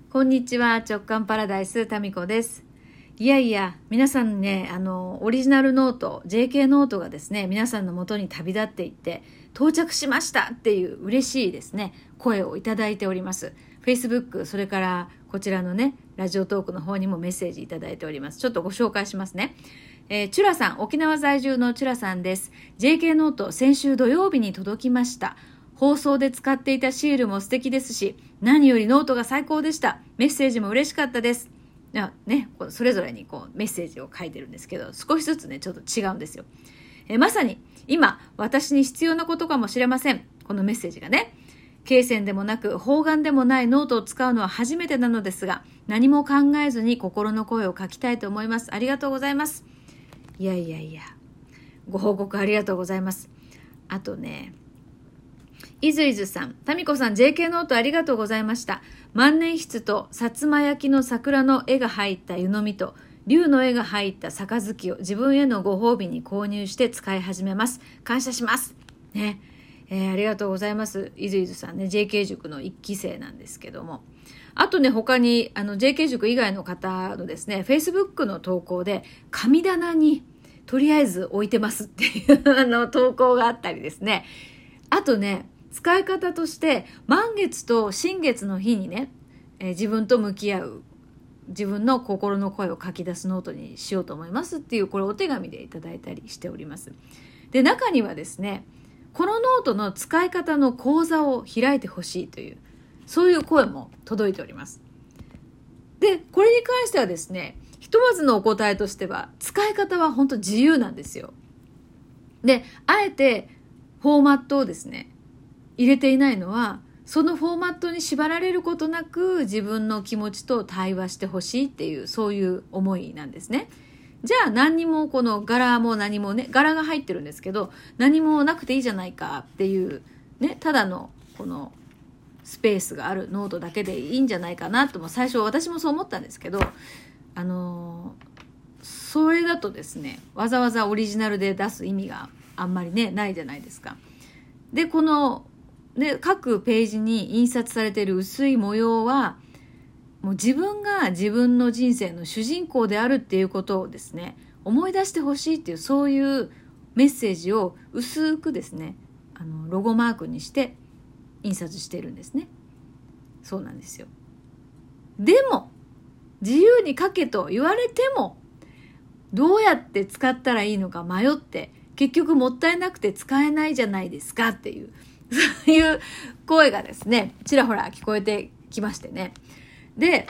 こんにちは、直感パラダイスタミコです。いやいや、皆さんね、オリジナルノート JK ノートがですね、皆さんの元に旅立っていって到着しましたっていう嬉しいですね、声をいただいております。 Facebook、 それからこちらのねラジオトークの方にもメッセージいただいております。ちょっとご紹介しますね。チュラさん、沖縄在住のチュラさんです。 JK ノート先週土曜日に届きました。放送で使っていたシールも素敵ですし、何よりノートが最高でした。メッセージも嬉しかったです。ね、それぞれにメッセージを書いてるんですけど、少しずつねちょっと違うんですよ。まさに今私に必要なことかもしれません。このメッセージがね、罫線でもなく方眼でもないノートを使うのは初めてなのですが、何も考えずに心の声を書きたいと思います。ありがとうございます。いや、ご報告ありがとうございます。あとね、いずいずさん、タミコさん JK ノートありがとうございました。万年筆と薩摩焼の桜の絵が入った湯飲みと龍の絵が入った杯を自分へのご褒美に購入して使い始めます。感謝しますね。ありがとうございます。いずいずさんね、 JK 塾の1期生なんですけども、あとね、他にJK 塾以外の方のですね Facebook の投稿で神棚にとりあえず置いてますっていう投稿があったりですね。あとね、使い方として満月と新月の日にね、自分と向き合う、自分の心の声を書き出すノートにしようと思いますっていう、これお手紙でいただいたりしております。で、中にはですね、このノートの使い方の講座を開いてほしいという、そういう声も届いております。で、これに関してはですね、ひとまずのお答えとしては、使い方は本当自由なんですよ。で、あえてフォーマットをですね入れていないのは、そのフォーマットに縛られることなく自分の気持ちと対話してほしいっていう、そういう思いなんですね。じゃあ何にもこの柄も何もね、柄が入ってるんですけど何もなくていいじゃないかっていうね、ただのこのスペースがあるノートだけでいいんじゃないかなとも最初私もそう思ったんですけど、それだとですね、わざわざオリジナルで出す意味があんまりねないじゃないですか。で、こので各ページに印刷されている薄い模様は、もう自分が自分の人生の主人公であるっていうことをですね思い出してほしいっていう、そういうメッセージを薄くですねロゴマークにして印刷しているんですね。そうなんですよ。でも自由に書けと言われても、どうやって使ったらいいのか迷って結局もったいなくて使えないじゃないですかっていう、そういう声がですねちらほら聞こえてきましてね。で、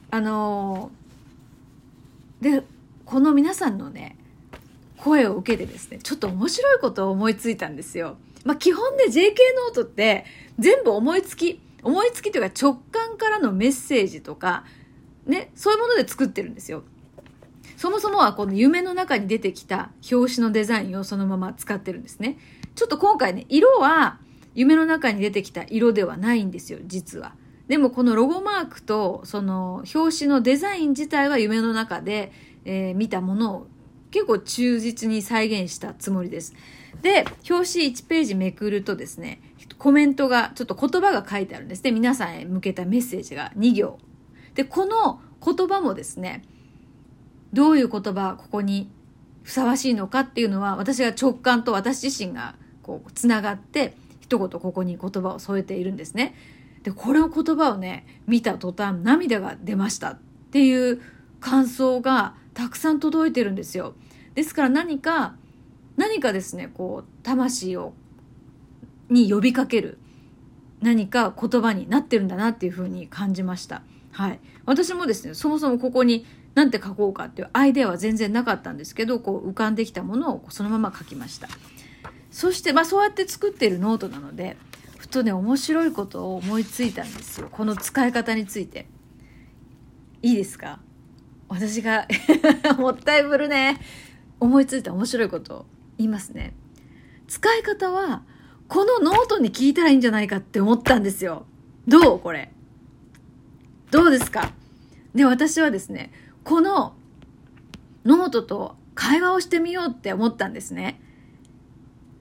でこの皆さんのね声を受けてですね、ちょっと面白いことを思いついたんですよ。基本で JK ノートって全部思いつきというか直感からのメッセージとかね、そういうもので作ってるんですよ。そもそもはこの夢の中に出てきた表紙のデザインをそのまま使ってるんですね。ちょっと今回ね、色は夢の中に出てきた色ではないんですよ、実は。でもこのロゴマークとその表紙のデザイン自体は夢の中で、見たものを結構忠実に再現したつもりです。で、表紙1ページめくるとですね、コメントが、ちょっと言葉が書いてあるんですね。皆さんへ向けたメッセージが2行。で、この言葉もですね、どういう言葉ここにふさわしいのかっていうのは、私が直感と私自身がつながって一言ここに言葉を添えているんですね。で、これを言葉をね見た途端涙が出ましたっていう感想がたくさん届いてるんですよ。ですから何かですね、魂に呼びかける何か言葉になってるんだなっていうふうに感じました。はい。私もですね、そもそもここになんて書こうかっていうアイデアは全然なかったんですけど、浮かんできたものをそのまま書きました。そしてそうやって作っているノートなので、ふとね面白いことを思いついたんですよ。この使い方について。いいですか？私がもったいぶるね、思いついた面白いことを言いますね。使い方はこのノートに聞いたらいいんじゃないかって思ったんですよ。どう？これどうですか？で、私はですね、このノートと会話をしてみようって思ったんですね。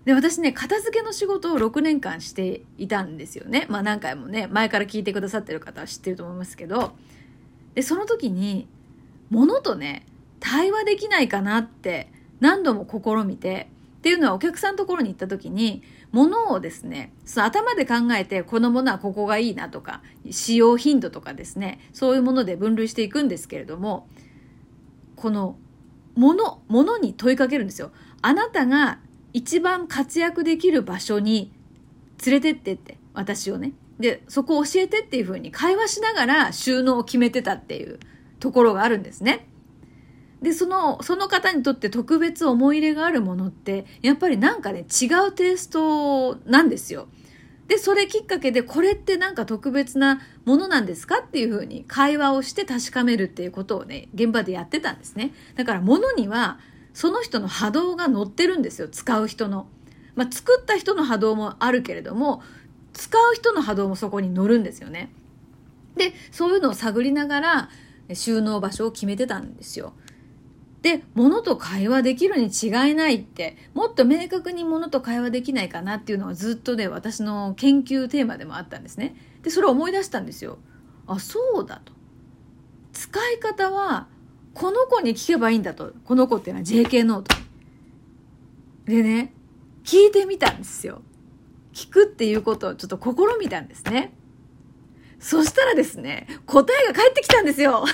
で、私ね、片付けの仕事を6年間していたんですよね。まあ何回もね、前から聞いてくださってる方は知ってると思いますけど、で、その時に、物とね、対話できないかなって何度も試みて、っていうのはお客さんのところに行った時に、物をですね、その頭で考えて、この物はここがいいなとか、使用頻度とかですね、そういうもので分類していくんですけれども、この物に問いかけるんですよ。あなたが一番活躍できる場所に連れてってって、私をね。で、そこを教えてっていう風に会話しながら収納を決めてたっていうところがあるんですね。で、その方にとって特別思い入れがあるものって、やっぱりなんかね、違うテイストなんですよ。で、それきっかけで、これってなんか特別なものなんですかっていう風に会話をして確かめるっていうことをね、現場でやってたんですね。だから物には、その人の波動が乗ってるんですよ、使う人の。まあ、作った人の波動もあるけれども、使う人の波動もそこに乗るんですよね。で、そういうのを探りながら、収納場所を決めてたんですよ。で、物と会話できるに違いないって、もっと明確に物と会話できないかなっていうのはずっとね、私の研究テーマでもあったんですね。で、それを思い出したんですよ。あ、そうだと。使い方は、この子に聞けばいいんだと。この子っていうのは JK ノート。でね、聞いてみたんですよ。聞くっていうことをちょっと試みたんですね。そしたらですね、答えが返ってきたんですよ。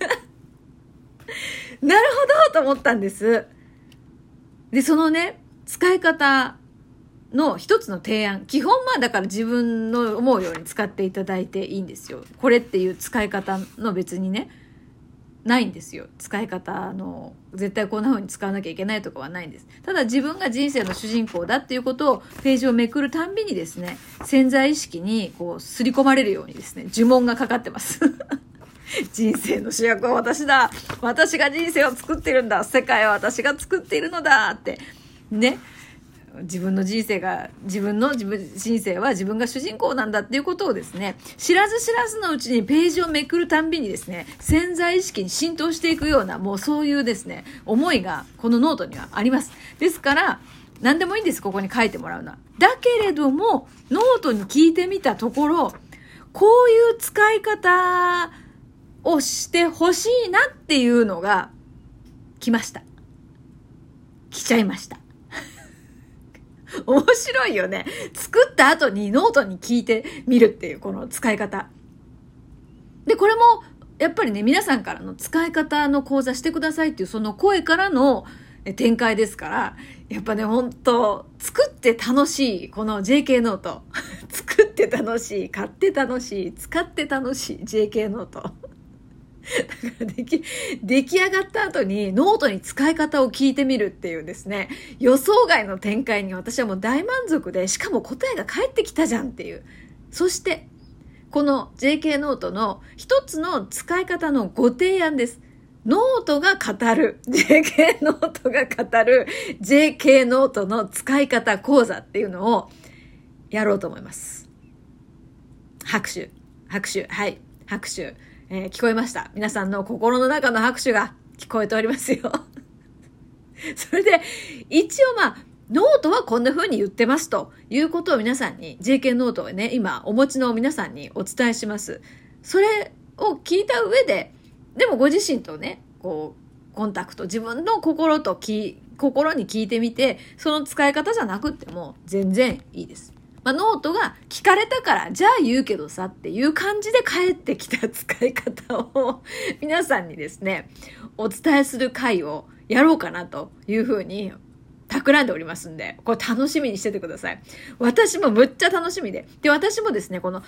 なるほどと思ったんです。で、そのね、使い方の一つの提案。基本だから自分の思うように使っていただいていいんですよ。これっていう使い方の別にね、ないんですよ。使い方の絶対こんな風に使わなきゃいけないとかはないんです。ただ自分が人生の主人公だっていうことをページをめくるたんびにですね、潜在意識にこう刷り込まれるようにですね、呪文がかかってます。人生の主役は私だ。私が人生を作っているんだ。世界は私が作っているのだってね。自分の人生は自分が主人公なんだっていうことをですね、知らず知らずのうちにページをめくるたんびにですね、潜在意識に浸透していくような、もうそういうですね、思いがこのノートにはあります。ですから、何でもいいんです、ここに書いてもらうのは。だけれども、ノートに聞いてみたところ、こういう使い方をしてほしいなっていうのが来ました。来ちゃいました。面白いよね。作った後にノートに聞いてみるっていうこの使い方。で、これもやっぱりね、皆さんからの使い方の講座してくださいっていうその声からの展開ですから、やっぱね、本当作って楽しいこの JK ノート。作って楽しい、買って楽しい、使って楽しい JK ノート。だから出来上がった後にノートに使い方を聞いてみるっていうですね、予想外の展開に私はもう大満足で、しかも答えが返ってきたじゃんっていう。そしてこの JK ノートの一つの使い方のご提案です。ノートが語る JK ノートが語る JK ノートの使い方講座っていうのをやろうと思います。拍手、はい、拍手。聞こえました。皆さんの心の中の拍手が聞こえておりますよ。それで、一応ノートはこんな風に言ってますということを皆さんに、JK ノートをね、今お持ちの皆さんにお伝えします。それを聞いた上で、でもご自身とね、こう、コンタクト、自分の心に聞いてみて、その使い方じゃなくっても全然いいです。ノートが聞かれたから、じゃあ言うけどさっていう感じで返ってきた使い方を皆さんにですね、お伝えする回をやろうかなというふうに企んでおりますんで、これ楽しみにしててください。私もむっちゃ楽しみで。で、私もですね、この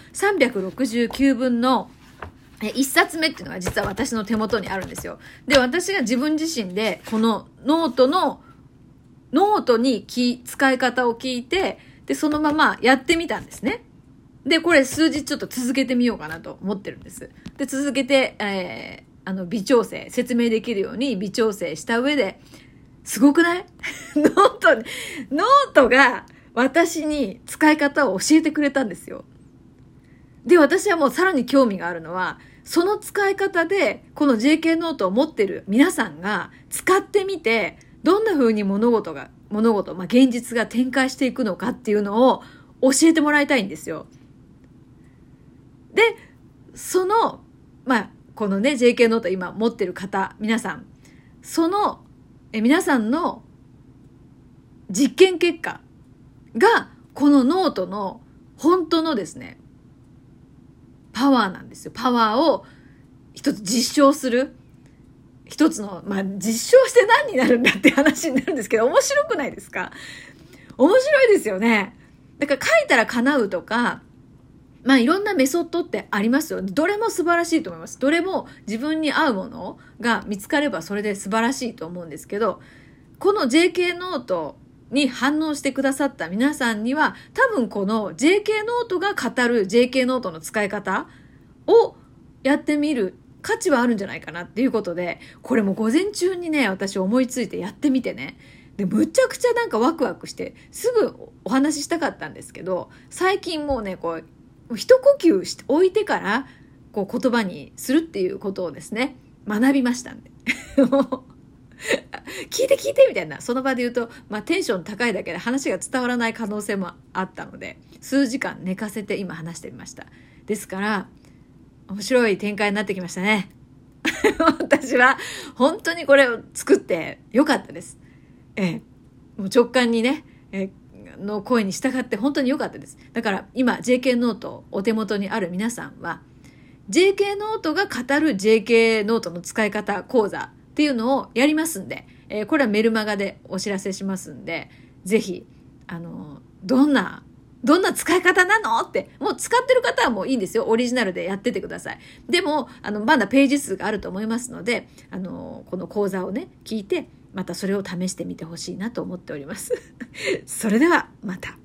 369分の一冊目っていうのが実は私の手元にあるんですよ。で、私が自分自身でこのノートに使い方を聞いて、で、そのままやってみたんですね。で、これ数日ちょっと続けてみようかなと思ってるんです。で、続けて、微調整、説明できるように微調整した上で、すごくないノートが私に使い方を教えてくれたんですよ。で、私はもうさらに興味があるのは、その使い方で、この JK ノートを持ってる皆さんが使ってみて、どんな風に物物事、現実が展開していくのかっていうのを教えてもらいたいんですよ。で、その、このね、JK ノート今持ってる方、皆さん、その、皆さんの実験結果が、このノートの本当のですね、パワーなんですよ。パワーを一つ実証する。一つの、実証して何になるんだって話になるんですけど、面白くないですか？面白いですよね。だから書いたら叶うとか、いろんなメソッドってありますよ。どれも素晴らしいと思います。どれも自分に合うものが見つかればそれで素晴らしいと思うんですけど、この JK ノートに反応してくださった皆さんには、多分この JK ノートが語る JK ノートの使い方をやってみる価値はあるんじゃないかなっていうことで、これも午前中にね、私思いついてやってみてね。で、むちゃくちゃなんかワクワクして、すぐお話ししたかったんですけど、最近もうね、一呼吸して置いてから、言葉にするっていうことをですね、学びましたんで。もう聞いてみたいな、その場で言うと、テンション高いだけで話が伝わらない可能性もあったので、数時間寝かせて今話してみました。ですから、面白い展開になってきましたね。私は本当にこれを作ってよかったです。もう直感にね、の声に従って本当によかったです。だから今 JK ノートお手元にある皆さんは、JK ノートが語る JK ノートの使い方講座っていうのをやりますんで、これはメルマガでお知らせしますんで、ぜひ、どんな使い方なのって、もう使ってる方はもういいんですよ。オリジナルでやっててください。でも、まだページ数があると思いますので、この講座をね、聞いて、またそれを試してみてほしいなと思っております。それでは、また。